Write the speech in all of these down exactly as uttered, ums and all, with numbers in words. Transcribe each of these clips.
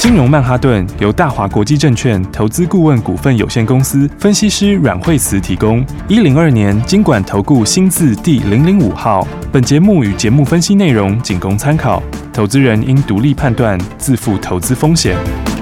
金融曼哈顿由大华国际证券投资顾问股份有限公司分析师阮惠慈提供。一零二年金管投顾新字第零零五号。本节目与节目分析内容仅供参考，投资人应独立判断，自负投资风险。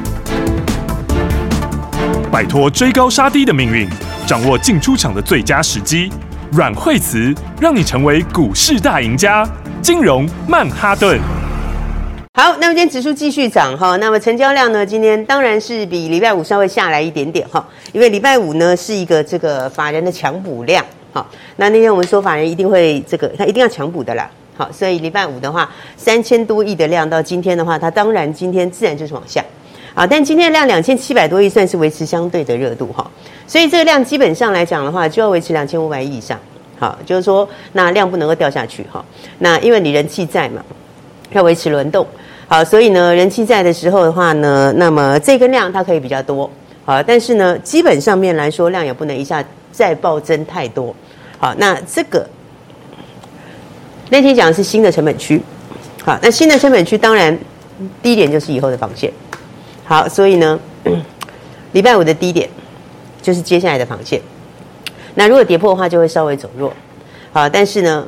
摆脱追高杀低的命运，掌握进出场的最佳时机。阮惠慈让你成为股市大赢家。金融曼哈顿。 好，那么今天指数继续涨哈，那么成交量呢，今天当然是比礼拜五稍微下来一点点哈，因为礼拜五呢是一个这个法人的强补量，好，那那天我们说法人一定会这个，他一定要强补的啦，好，所以礼拜五的话，三千多亿的量到今天的话，它当然今天自然就是往下，啊，但今天的量两千七百多亿算是维持相对的热度哈，所以这个量基本上来讲的话，就要维持两千五百亿以上，好，就是说那量不能够掉下去哈，那因为你人气在嘛，要维持轮动。好，所以呢，人气在的时候的话呢，那么这根量它可以比较多，好，但是呢，基本上面来说，量也不能一下再暴增太多。好，那这个那天讲的是新的成本区，好，那新的成本区当然低点就是以后的防线。好，所以呢，礼拜五的低点就是接下来的防线。那如果跌破的话，就会稍微走弱。好，但是呢，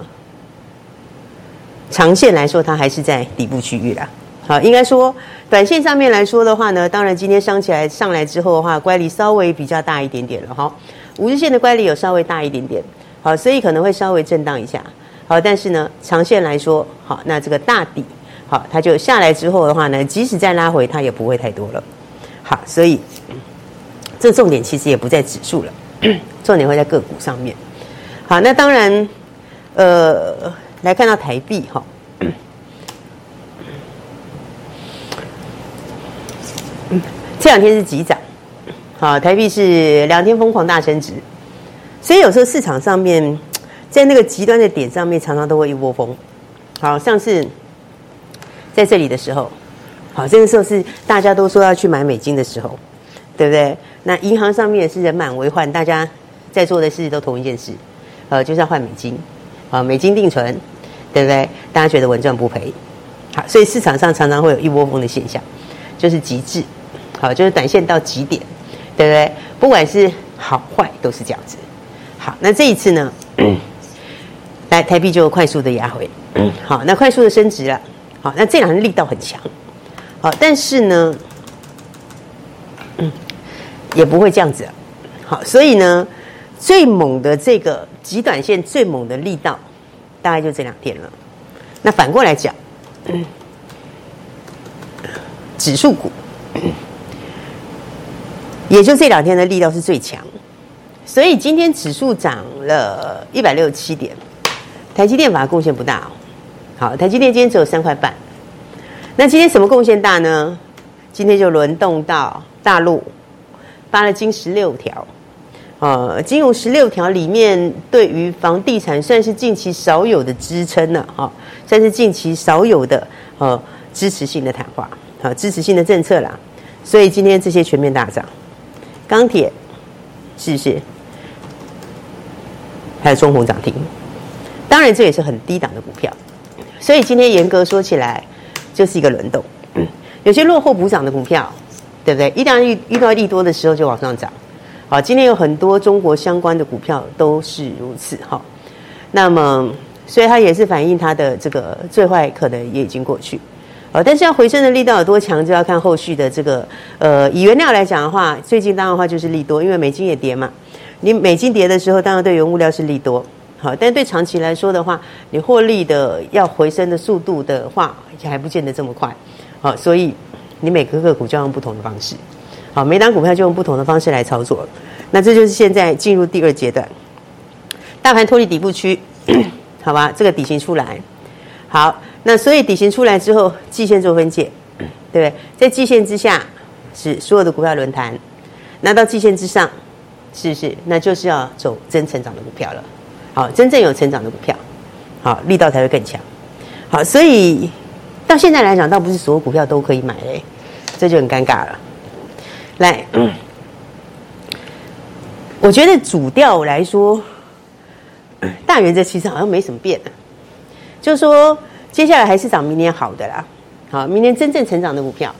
长线来说，它还是在底部区域啦。好，应该说，短线上面来说的话呢，当然今天上起来上来之后的话，乖离稍微比较大一点点了哈。五日线的乖离有稍微大一点点，好，所以可能会稍微震荡一下。好，但是呢，长线来说，好，那这个大底，好，它就下来之后的话呢，即使再拉回，它也不会太多了。好，所以这重点其实也不在指数了，重点会在个股上面。好，那当然，呃，来看到台币哈。这两天是急涨，好，台币是两天疯狂大升值，所以有时候市场上面在那个极端的点上面，常常都会一窝蜂。好，上次在这里的时候，好，这个时候是大家都说要去买美金的时候，对不对？那银行上面也是人满为患，大家在做的事都同一件事，呃，就是要换美金，啊，美金定存，对不对？大家觉得稳赚不赔，好，所以市场上常常会有一窝蜂的现象，就是极致。好，就是短线到极点，对不对？不管是好坏都是这样子。好，那这一次呢，嗯、来台币就快速的压回，嗯、好，那快速的升值了。好，那这两天力道很强，好，但是呢，嗯，也不会这样子。好，所以呢，最猛的这个极短线最猛的力道，大概就这两天了。那反过来讲，嗯、指数股。嗯也就这两天的力道是最强，所以今天指数涨了一百六十七点，台积电反而贡献不大哦。好，台积电今天只有三块半。那今天什么贡献大呢？今天就轮动到大陆发了金十六条，呃，金融十六条里面对于房地产算是近期少有的支撑了，哈、哦，算是近期少有的呃支持性的谈话，好、呃，支持性的政策啦。所以今天这些全面大涨。钢铁是不是？还有中红涨停，当然这也是很低档的股票，所以今天严格说起来，就是一个轮动。嗯，有些落后补涨的股票，对不对？一旦遇遇到利多的时候就往上涨。好，今天有很多中国相关的股票都是如此哈。那么，所以它也是反映它的这个最坏可能也已经过去。呃，但是要回升的力道有多强，就要看后续的这个呃，以原料来讲的话，最近当然的话就是利多，因为美金也跌嘛。你美金跌的时候，当然对原物料是利多，好，但是对长期来说的话，你获利的要回升的速度的话，还不见得这么快，好，所以你每个个股就要用不同的方式，好，每档股票就用不同的方式来操作。那这就是现在进入第二阶段，大盘脱离底部区，好吧，这个底型出来，好。那所以底型出来之后，季线做分界，对不对？在季线之下是所有的股票轮弹，那到季线之上，是不是？那就是要走真成长的股票了。好，真正有成长的股票，好，力道才会更强。好，所以到现在来讲，倒不是所有股票都可以买嘞，这就很尴尬了。来，嗯、我觉得主调来说，大原则其实好像没什么变啊，就是说。接下来还是找明年好的啦，好，明年真正成长的股票，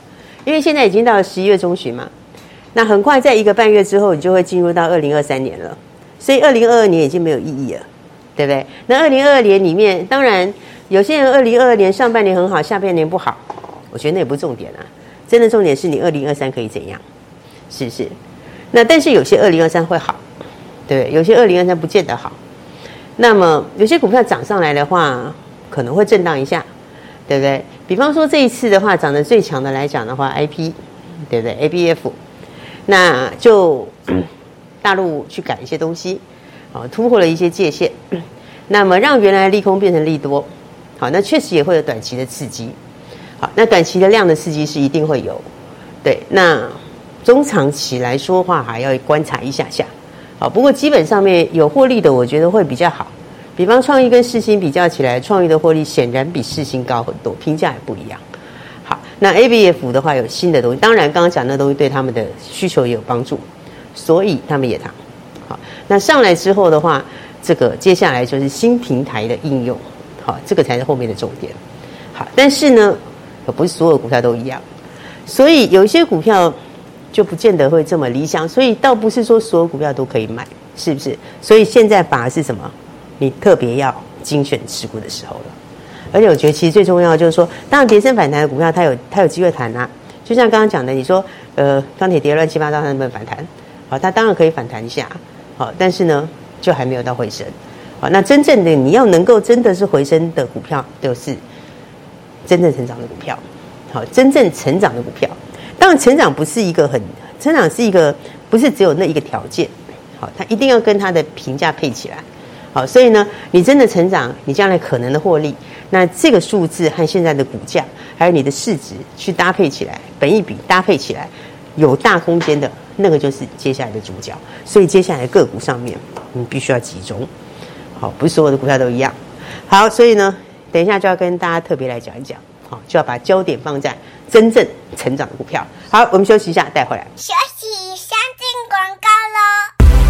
因为现在已经到了十一月中旬嘛，那很快在一个半月之后，你就会进入到二零二三年了，所以二零二二年已经没有意义了，对不对？那二零二二年里面，当然有些人二零二二年上半年很好，下半年不好，我觉得那也不重点啊，真的重点是你二零二三可以怎样，是不是？那但是有些二零二三会好，对不对？有些二零二三不见得好。那么有些股票涨上来的话，可能会震荡一下，对不对？比方说这一次的话，涨得最强的来讲的话 ，I P， 对不对 ？A B F， 那就、嗯、大陆去改一些东西，好、哦、突破了一些界限，那么让原来利空变成利多，好，那确实也会有短期的刺激，好，那短期的量的刺激是一定会有，对，那中长期来说的话，还要观察一下下，好，不过基本上面有获利的，我觉得会比较好。比方创意跟世新比较起来，创意的获利显然比世新高很多，评价也不一样。好，那 A B F 的话有新的东西，当然刚刚讲的东西对他们的需求也有帮助，所以他们也涨。好，那上来之后的话，这个接下来就是新平台的应用，好，这个才是后面的重点。好，但是呢，不是所有股票都一样，所以有一些股票就不见得会这么理想，所以倒不是说所有股票都可以买，是不是？所以现在反而是什么？你特别要精选持股的时候了，而且我觉得其实最重要的就是说，当然跌升反弹的股票它有它有机会弹啊，就像刚刚讲的，你说呃钢铁跌乱七八糟，它能不能反弹？好，它当然可以反弹一下，好，但是呢就还没有到回升，好，那真正的你要能够真的是回升的股票，就是真正成长的股票，好，真正成长的股票，当然成长不是一个很成长是一个不是只有那一个条件，好，它一定要跟它的评价配起来。好，所以呢，你真的成长，你将来可能的获利，那这个数字和现在的股价，还有你的市值去搭配起来，本益比搭配起来，有大空间的那个就是接下来的主角。所以接下来个股上面，你必须要集中。好，不是所有的股票都一样。好，所以呢，等一下就要跟大家特别来讲一讲，好，就要把焦点放在真正成长的股票。好，我们休息一下，带回来。 休息，先进广告咯。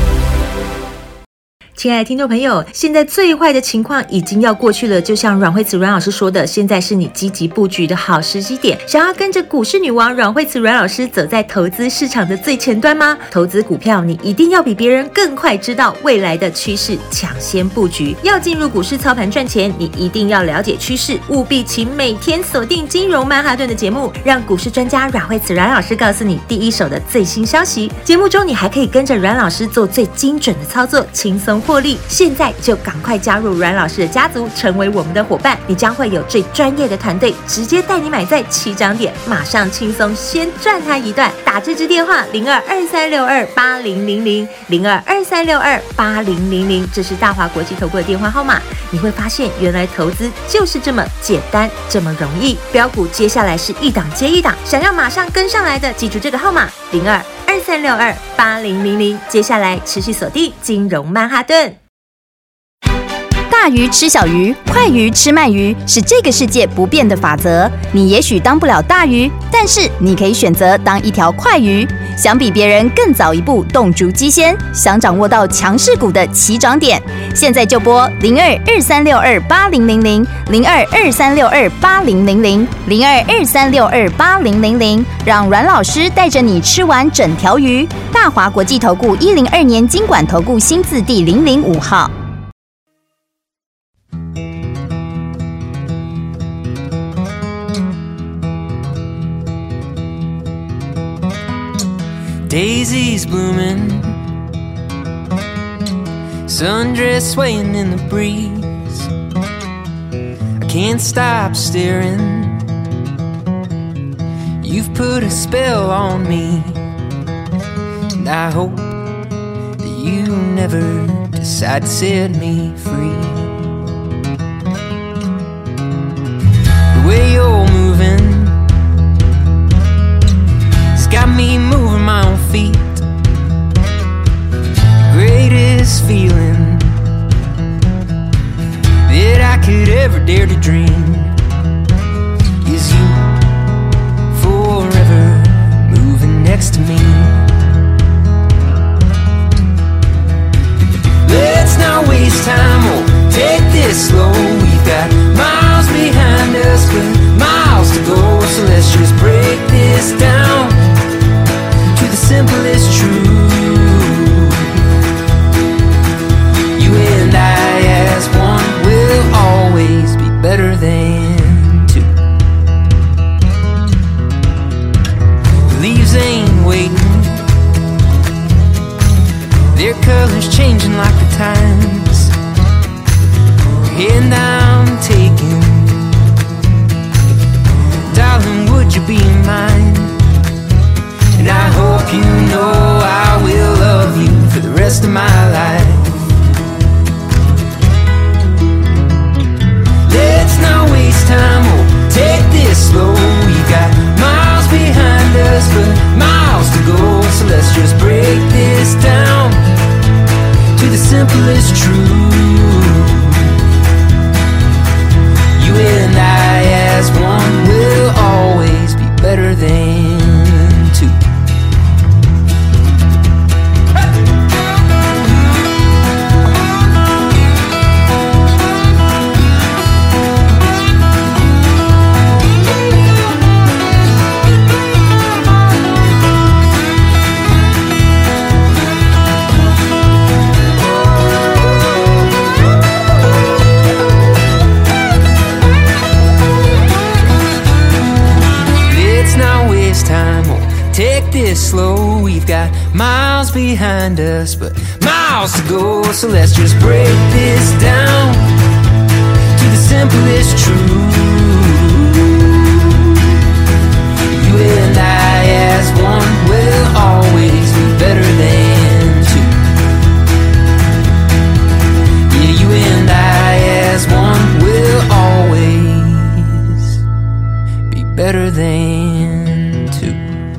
亲爱的听众朋友，现在最坏的情况已经要过去了，就像阮慧慈阮老师说的，现在是你积极布局的好时机点。想要跟着股市女王阮慧慈阮老师走在投资市场的最前端吗？投资股票，你一定要比别人更快知道未来的趋势，抢先布局。要进入股市操盘赚钱，你一定要了解趋势，务必请每天锁定金融曼哈顿的节目，让股市专家阮慧慈阮老师告诉你第一手的最新消息。节目中你还可以跟着阮老师做最精准的操作，轻松获利。现在就赶快加入阮老师的家族，成为我们的伙伴，你将会有最专业的团队直接带你买在起涨点，马上轻松先赚它一段。打这支电话零二二三六二八零零零零二二三六二八零零零，这是大华国际投顾的电话号码。你会发现，原来投资就是这么简单，这么容易。标股接下来是一档接一档，想要马上跟上来的，记住这个号码零二二三六二八零零零。接下来持续锁定金融曼哈顿。 大鱼吃小鱼，快鱼吃慢鱼，是这个世界不变的法则。你也许当不了大鱼，但是你可以选择当一条快鱼。想比别人更早一步动足机先，想掌握到强势股的起涨点，现在就拨零二二三六二八零零零零二二三六二八零零零零二二三六二八零零零，让阮老师带着你吃完整条鱼。大华国际投顾一零二年金管投顾新字第零零五号。 Daisies blooming, sundress swaying in the breeze. I can't stop staring. You've put a spell on me, and I hope that you never decide to set me free. The way you're moving got me moving my own feet. The greatest feeling that I could ever dare to dream is you forever moving next to me. Let's not waste time, or take this slow. We've got miles behind us, but miles to go. So let's just break this down colors changing like the times. And I'm taking, darling, would you be mine? And I hope you know I will love you for the rest of my life. Let's not waste time, oh, take this slow. We got miles behind us, but miles to go. So let's just break this down to the simplest truth. You and I as one will always be better than two. Take this slow, we've got miles behind us, but miles to go. So let's just break this down to the simplest truth. You and I as one will always be better than two. Yeah, you and I as one will always be better than two.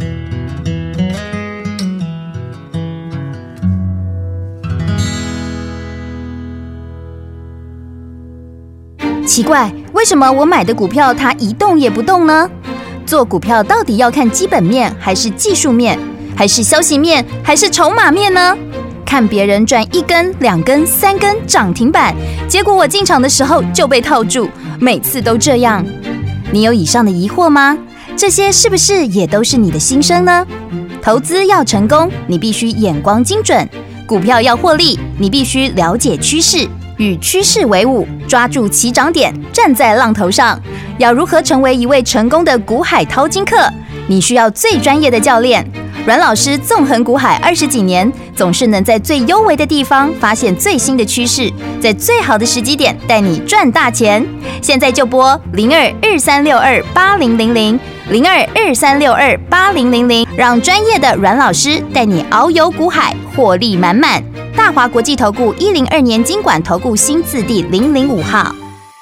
奇怪，为什么我买的股票它一动也不动呢？做股票到底要看基本面，还是技术面，还是消息面，还是筹码面呢？看别人赚一根、两根、三根涨停板，结果我进场的时候就被套住，每次都这样。你有以上的疑惑吗？这些是不是也都是你的心声呢？投资要成功，你必须眼光精准；股票要获利，你必须了解趋势。与趋势为伍，抓住起涨点，站在浪头上。要如何成为一位成功的股海淘金客？你需要最专业的教练。阮老师纵横股海二十几年，总是能在最优微的地方发现最新的趋势，在最好的时机点带你赚大钱。现在就拨零二二三六二八零零零零二二三六二八零零零，让专业的阮老师带你遨游股海，获利满满。大华国际投顾一零二年金管投顾新字第零零五号。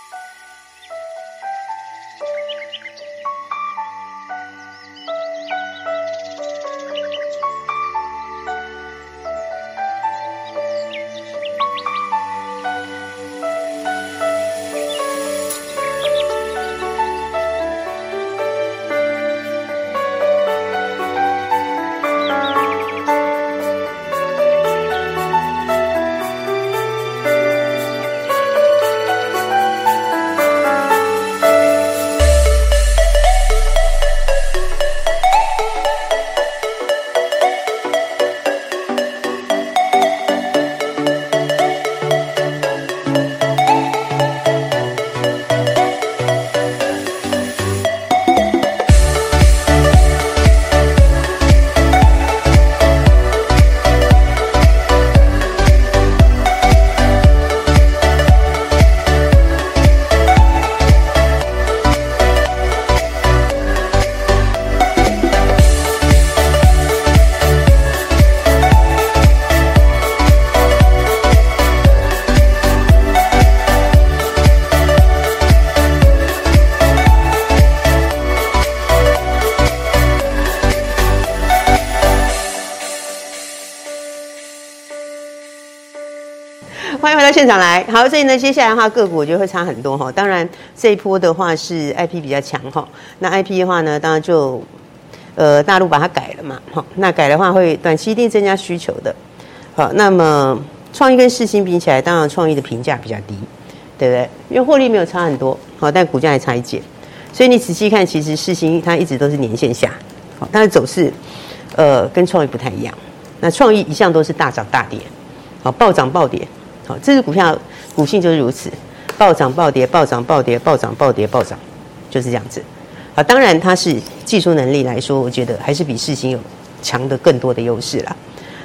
欢迎回到现场来。好，所以呢，接下来的话个股我觉得会差很多哈。当然这一波的话是 I P 比较强哈，那 I P 的话呢，当然就呃大陆把它改了嘛，好，那改的话会短期一定增加需求的。好，那么创意跟世芯比起来，当然创意的评价比较低，对不对？因为获利没有差很多，好，但股价也差一截。所以你仔细看，其实世芯它一直都是年线下，好，它的走势呃跟创意不太一样。那创意一向都是大涨大跌，好，暴涨暴跌。好，这支股票股性就是如此，暴涨暴跌，暴涨暴跌，暴涨暴跌，暴涨，就是这样子。好，当然它是技术能力来说，我觉得还是比世芯有强的更多的优势啦。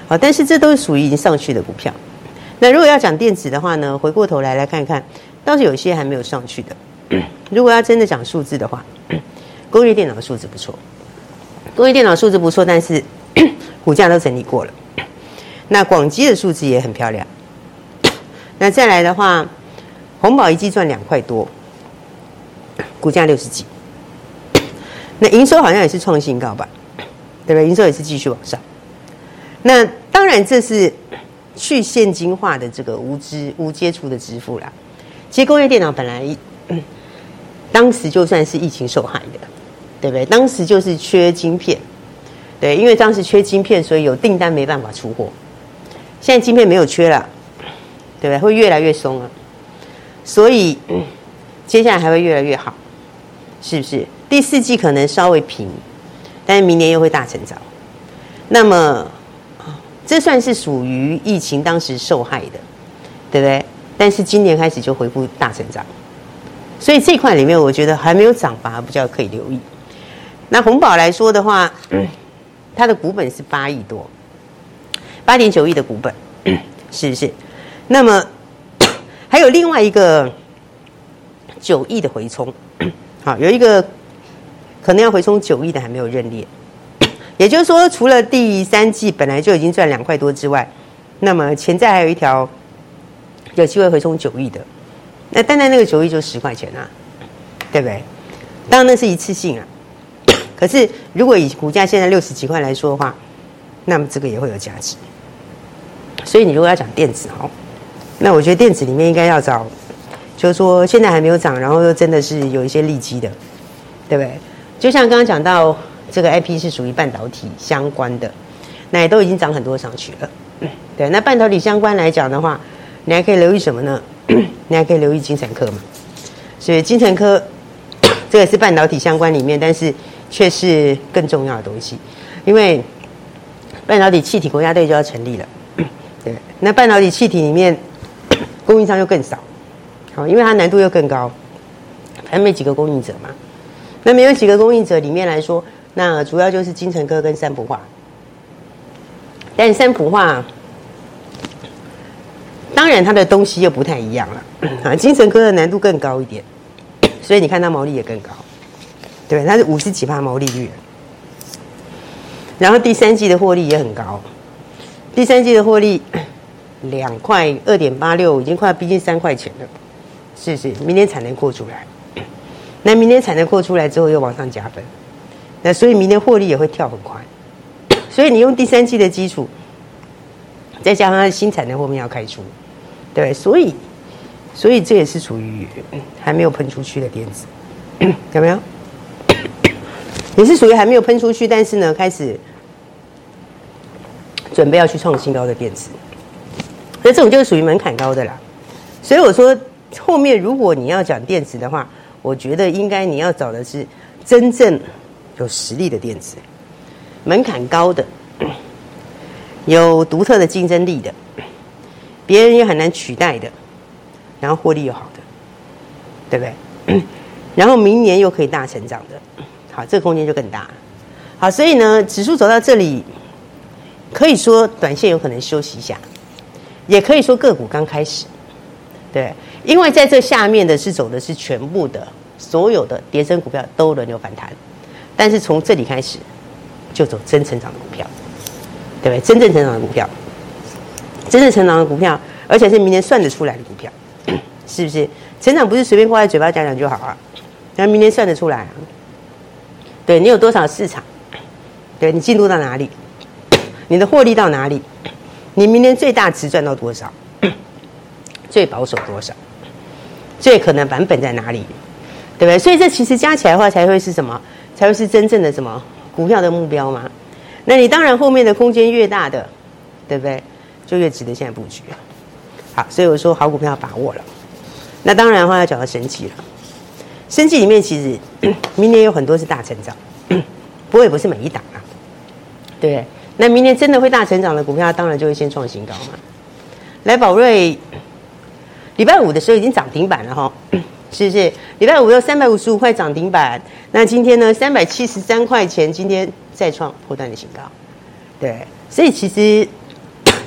好，但是这都是属于已经上去的股票。那如果要讲电子的话呢，回过头来来看看，倒是有些还没有上去的。如果要真的讲数字的话，工业电脑的数字不错，工业电脑数字不错，但是股价都整理过了。那广基的数字也很漂亮。那再来的话，鸿宝一季赚两块多，股价六十几。那营收好像也是创新高吧，对不对？营收也是继续往上。那当然这是去现金化的这个无支无接触的支付啦。其实工业电脑本来、嗯、当时就算是疫情受害的，对不对？当时就是缺晶片，对，因为当时缺晶片，所以有订单没办法出货。现在晶片没有缺了，对不对？会越来越松了，所以、嗯、接下来还会越来越好，是不是？第四季可能稍微平，但是明年又会大成长。那么这算是属于疫情当时受害的，对不对？但是今年开始就恢复大成长，所以这块里面我觉得还没有涨反而比较可以留意。那鸿宝来说的话，嗯、它的股本是八亿多，八点九亿的股本，嗯、是不是？那么还有另外一个九亿的回冲，好，有一个可能要回冲九亿的还没有认列。也就是说，除了第三季本来就已经赚两块多之外，那么潜在还有一条有机会回冲九亿的，那单单那个九亿就十块钱啊，对不对？当然那是一次性啊，可是如果以股价现在六十几块来说的话，那么这个也会有价值。所以你如果要讲电子哦，那我觉得电子里面应该要找，就是说现在还没有涨，然后又真的是有一些利基的，对不对？就像刚刚讲到。这个 I P 是属于半导体相关的，那也都已经涨很多上去了。对，那半导体相关来讲的话，你还可以留意什么呢？你还可以留意精成科嘛。所以精成科这个是半导体相关里面，但是却是更重要的东西，因为半导体气体国家队就要成立了。对，那半导体气体里面供应商又更少，好，因为它难度又更高，还没几个供应者嘛。那没有几个供应者里面来说。那主要就是精成科跟三氟化，但三氟化当然它的东西又不太一样了啊，精成科的难度更高一点，所以你看它毛利也更高，对，它是五十几%毛利率，然后第三季的获利也很高，第三季的获利两块二点八六，已经快逼近三块钱了，是是，明年产能扩出来，那明年产能扩出来之后又往上加分。那所以明年获利也会跳很快，所以你用第三季的基础，再加上它的新产能后面要开出，对，所以所以这也是属于还没有喷出去的电子，有没有？也是属于还没有喷出去，但是呢，开始准备要去创新高的电子，所以这种就是属于门槛高的啦。所以我说，后面如果你要讲电子的话，我觉得应该你要找的是真正有实力的电子，门槛高的，有独特的竞争力的，别人也很难取代的，然后获利又好的，对不对？然后明年又可以大成长的，好，这个空间就更大了。好，所以呢，指数走到这里，可以说短线有可能休息一下，也可以说个股刚开始，对，因为在这下面的是走的是全部的所有的跌升股票都轮流反弹。但是从这里开始，就走真成长的股票，对不对？真正成长的股票，真正成长的股票，而且是明年算得出来的股票，是不是？成长不是随便挂在嘴巴讲讲就好啊，那明年算得出来啊。对，你有多少市场？对，你进入到哪里？你的获利到哪里？你明年最大值赚到多少？最保守多少？最可能版本在哪里？对不对？所以这其实加起来的话，才会是什么？才会是真正的什么股票的目标嘛？那你当然后面的空间越大的，对不对？就越值得现在布局。好，所以我说好股票要把握了。那当然的话要讲到生技了。生技里面其实明年有很多是大成长，不过也不是每一档啊，对不对？那明年真的会大成长的股票，当然就会先创新高嘛。来宝瑞，礼拜五的时候已经涨停板了哈。是不是？礼拜五有三百五十五块涨停板，那今天呢三百七十三块钱，今天再创波段的新高，对，所以其实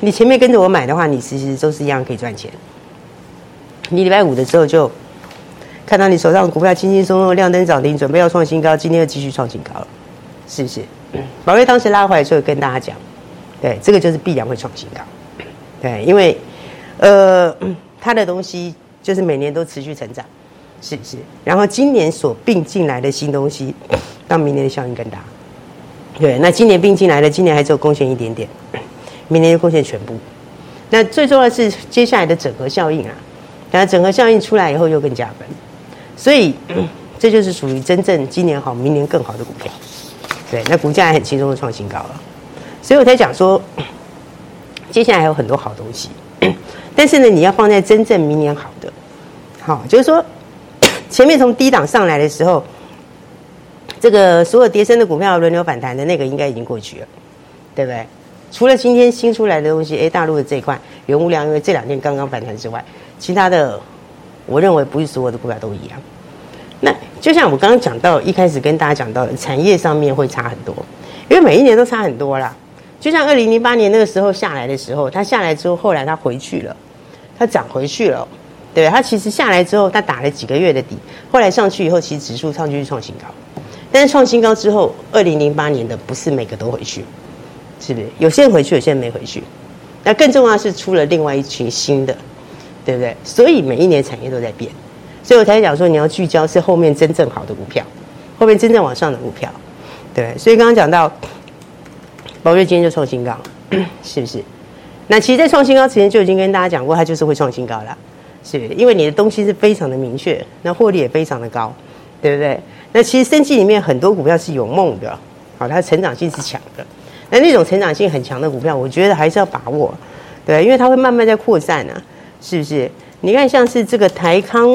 你前面跟着我买的话，你其实都是一样可以赚钱。你礼拜五的时候就看到你手上的股票轻轻松松亮灯涨停，准备要创新高，今天又继续创新高了，是不是？宝瑞当时拉回来的时候跟大家讲，对，这个就是必然会创新高，对，因为呃，它的东西就是每年都持续成长，是不是？然后今年所并进来的新东西，到明年的效应更大。对，那今年并进来的，今年还只有贡献一点点，明年就贡献全部。那最重要的是接下来的整合效应啊，然后整合效应出来以后又更加分，所以、嗯、这就是属于真正今年好、明年更好的股票。对，那股价也很轻松的创新高了，所以我才讲说，接下来还有很多好东西，但是呢，你要放在真正明年好的，好，就是说前面从低档上来的时候。这个所有跌升的股票轮流反弹的那个应该已经过去了，对不对？除了今天新出来的东西，哎，大陆的这一块原物料因为这两天刚刚反弹之外，其他的我认为不是所有的股票都一样。那就像我刚刚讲到一开始跟大家讲到的，产业上面会差很多，因为每一年都差很多啦。就像二零零八年那个时候下来的时候，它下来之后，后来它回去了，它涨回去了，对，它其实下来之后，它打了几个月的底，后来上去以后，其实指数上去创新高。但是创新高之后，二零零八年的不是每个都回去，是不是？有些人回去，有些人没回去。那更重要的是出了另外一群新的，对不对？所以每一年产业都在变，所以我才讲说你要聚焦是后面真正好的股票，后面真正往上的股票，对。所以刚刚讲到，宝瑞今天就创新高，是不是？那其实，在创新高之前就已经跟大家讲过，它就是会创新高了，是不是？因为你的东西是非常的明确，那获利也非常的高，对不对？那其实生技里面很多股票是有梦的，好，它的成长性是强的。那那种成长性很强的股票，我觉得还是要把握，对，因为它会慢慢在扩散啊，是不是？你看像是这个台康，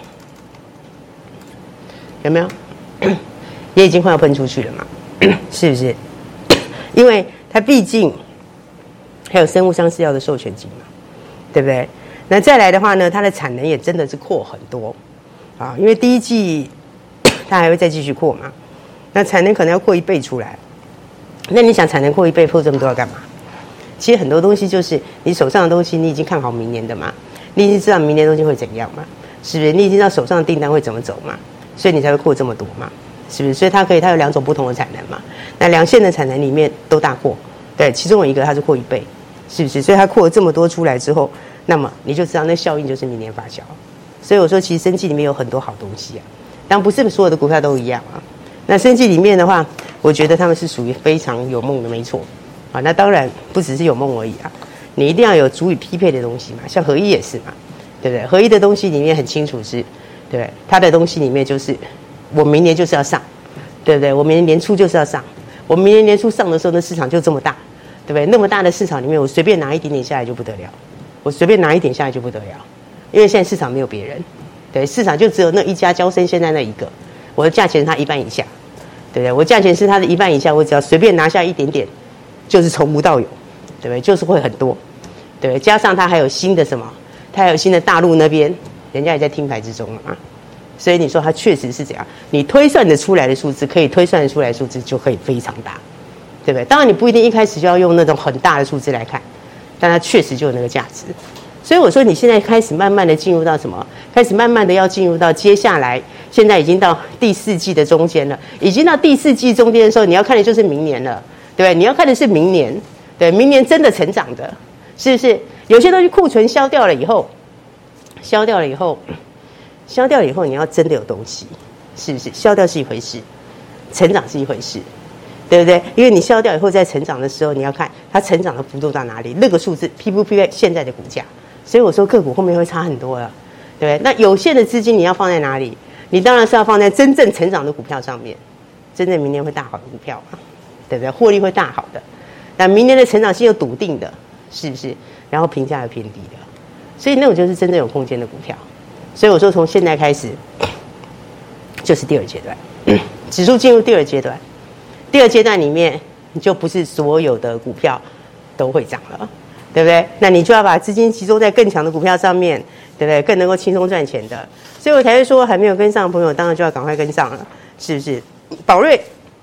有没有？也已经快要喷出去了嘛，是不是？因为它毕竟还有生物相似药的授权金嘛，对不对？那再来的话呢，它的产能也真的是扩很多啊，因为第一季。它还会再继续扩嘛？那产能可能要扩一倍出来。那你想产能扩一倍，扩这么多要干嘛？其实很多东西就是你手上的东西，你已经看好明年的嘛，你已经知道明年的东西会怎样嘛，是不是？你已经知道手上的订单会怎么走嘛，所以你才会扩这么多嘛，是不是？所以它可以，它有两种不同的产能嘛。那两线的产能里面都大扩，对，其中有一个它是扩一倍，是不是？所以它扩了这么多出来之后，那么你就知道那效应就是明年发酵。所以我说，其实生技里面有很多好东西啊。当然不是所有的股票都一样啊，那生技里面的话，我觉得他们是属于非常有梦的，没错啊。那当然不只是有梦而已啊，你一定要有足以匹配的东西嘛，像合一也是嘛，对不对？合一的东西里面很清楚是，对不对？它的东西里面就是我明年就是要上，对不对？我明年年初就是要上，我明年年初上的时候，那市场就这么大，对不对？那么大的市场里面，我随便拿一点点下来就不得了，我随便拿一点下来就不得了，因为现在市场没有别人。对，市场就只有那一家交生，现在那一个，我的价钱是它一半以下，对不对？我价钱是它的一半以下，我只要随便拿下一点点，就是从无到有，对不对？就是会很多，对不对？加上它还有新的什么，它还有新的大陆那边，人家也在听牌之中了嘛，所以你说它确实是这样，你推算得出来的数字，可以推算得出来的数字就可以非常大，对不对？当然你不一定一开始就要用那种很大的数字来看，但它确实就有那个价值。所以我说，你现在开始慢慢的进入到什么？开始慢慢的要进入到接下来，现在已经到第四季的中间了，已经到第四季中间的时候，你要看的就是明年了，对不对？你要看的是明年，对，明年真的成长的，是不是？有些东西库存消掉了以后，消掉了以后，消掉了以后，你要真的有东西，是不是？消掉是一回事，成长是一回事。对不对？因为你消掉以后，在成长的时候，你要看它成长的幅度到哪里，那个数字匹不匹配现在的股价。所以我说个股后面会差很多了，对不对？那有限的资金你要放在哪里？你当然是要放在真正成长的股票上面，真正明年会大好的股票嘛，对不对？获利会大好的，那明年的成长性又笃定的，是不是？然后评价又偏低的，所以那种就是真正有空间的股票。所以我说从现在开始就是第二阶段，指数进入第二阶段。第二阶段里面，你就不是所有的股票都会涨了，对不对？那你就要把资金集中在更强的股票上面，对不对？更能够轻松赚钱的。所以我才会说，还没有跟上的朋友，当然就要赶快跟上了，是不是？宝瑞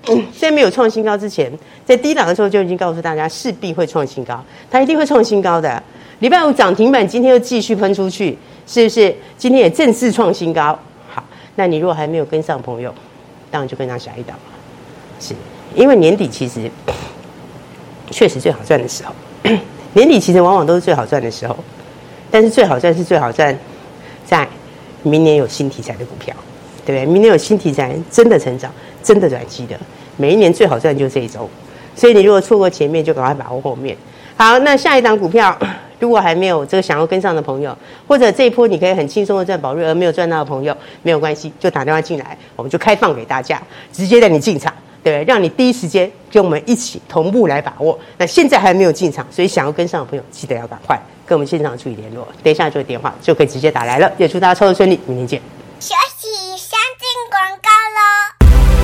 嗯，在没有创新高之前，在低档的时候就已经告诉大家势必会创新高，它一定会创新高的。礼拜五涨停板，今天又继续喷出去，是不是？今天也正式创新高。好，那你如果还没有跟上朋友，当然就跟上下一档了。是因为年底其实确实最好赚的时候，年底其实往往都是最好赚的时候，但是最好赚是最好赚在明年有新题材的股票，对不对？明年有新题材，真的成长，真的转机的，每一年最好赚就是这一周。所以你如果错过前面，就赶快把握后面。好，那下一档股票，如果还没有这个想要跟上的朋友，或者这一波你可以很轻松的赚宝瑞而没有赚到的朋友，没有关系，就打电话进来，我们就开放给大家，直接带你进场，对不对？让你第一时间跟我们一起同步来把握。那现在还没有进场，所以想要跟上的朋友，记得要赶快跟我们现场助理联络，等一下这个电话就可以直接打来了。也祝大家操作顺利，明天见。 休息，先进广告喽。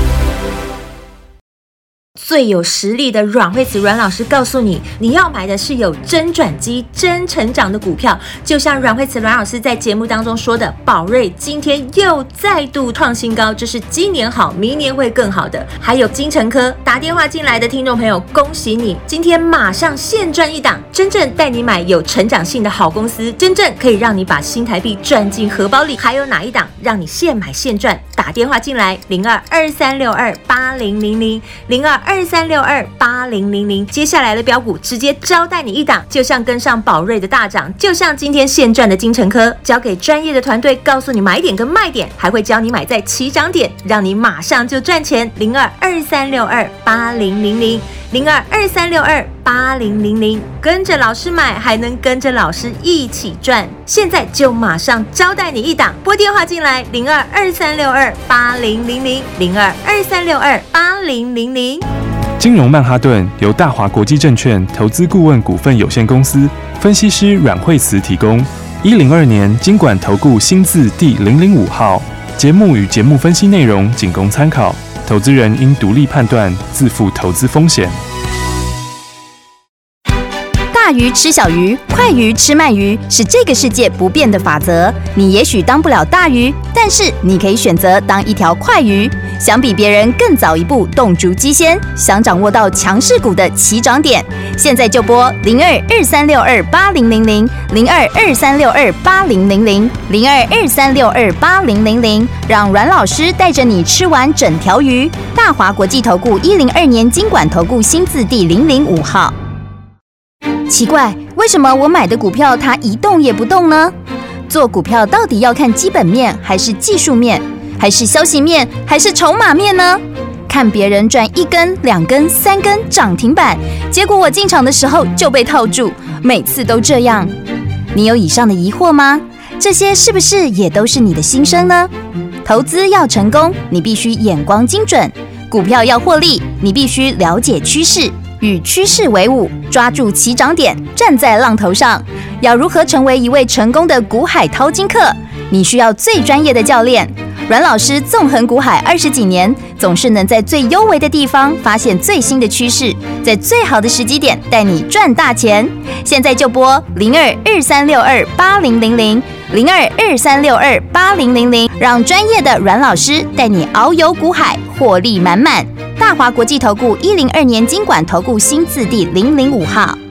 最有实力的阮惠慈阮老师告诉你，你要买的是有真转机、真成长的股票。就像阮惠慈阮老师在节目当中说的，宝瑞今天又再度创新高，这是今年好，明年会更好的。还有金城科，打电话进来的听众朋友，恭喜你，今天马上现赚一档，真正带你买有成长性的好公司，真正可以让你把新台币赚进荷包里。还有哪一档让你现买现赚？打电话进来，零二二三六二八零零零零二二三六二八零零零。接下来的标股直接招待你一档，就像跟上宝瑞的大涨，就像今天现赚的金城科，交给专业的团队，告诉你买点跟卖点，还会教你买在起涨点，让你马上就赚钱。零二二三六二八零零零零二二三六二八零零零，跟着老师买，还能跟着老师一起赚。现在就马上招待你一档，拨电话进来，零二二三六二八零零零零二二三六二八零零零。 金融曼哈顿由大华国际证券投资顾问股份有限公司分析师阮惠慈提供。一零二年金管投顾新字第零零五号。节目与节目分析内容仅供参考，投资人应独立判断，自负投资风险。 大鱼吃小鱼，快鱼吃慢鱼，是这个世界不变的法则。你也许当不了大鱼，但是你可以选择当一条快鱼。想比别人更早一步动足机先，想掌握到强势股的起涨点，现在就拨零二二三六二八零零零零二二三六二八零零零零二二三六二八零零零，让阮老师带着你吃完整条鱼。大华国际投顾一零二年金管投顾新字第零零五号。奇怪，为什么我买的股票它一动也不动呢？做股票到底要看基本面，还是技术面，还是消息面，还是筹码面呢？看别人赚一根、两根、三根涨停板，结果我进场的时候就被套住，每次都这样。你有以上的疑惑吗？这些是不是也都是你的心声呢？投资要成功，你必须眼光精准；股票要获利，你必须了解趋势。与趋势为伍，抓住起涨点，站在浪头上。要如何成为一位成功的股海淘金客？你需要最专业的教练。阮老师纵横股海二十几年，总是能在最优微的地方发现最新的趋势，在最好的时机点带你赚大钱。现在就拨零二二三六二八零零零零二二三六二八零零零，让专业的阮老师带你遨游股海，获利满满。大华国际投顾一零二年金管投顾新字第零零五号。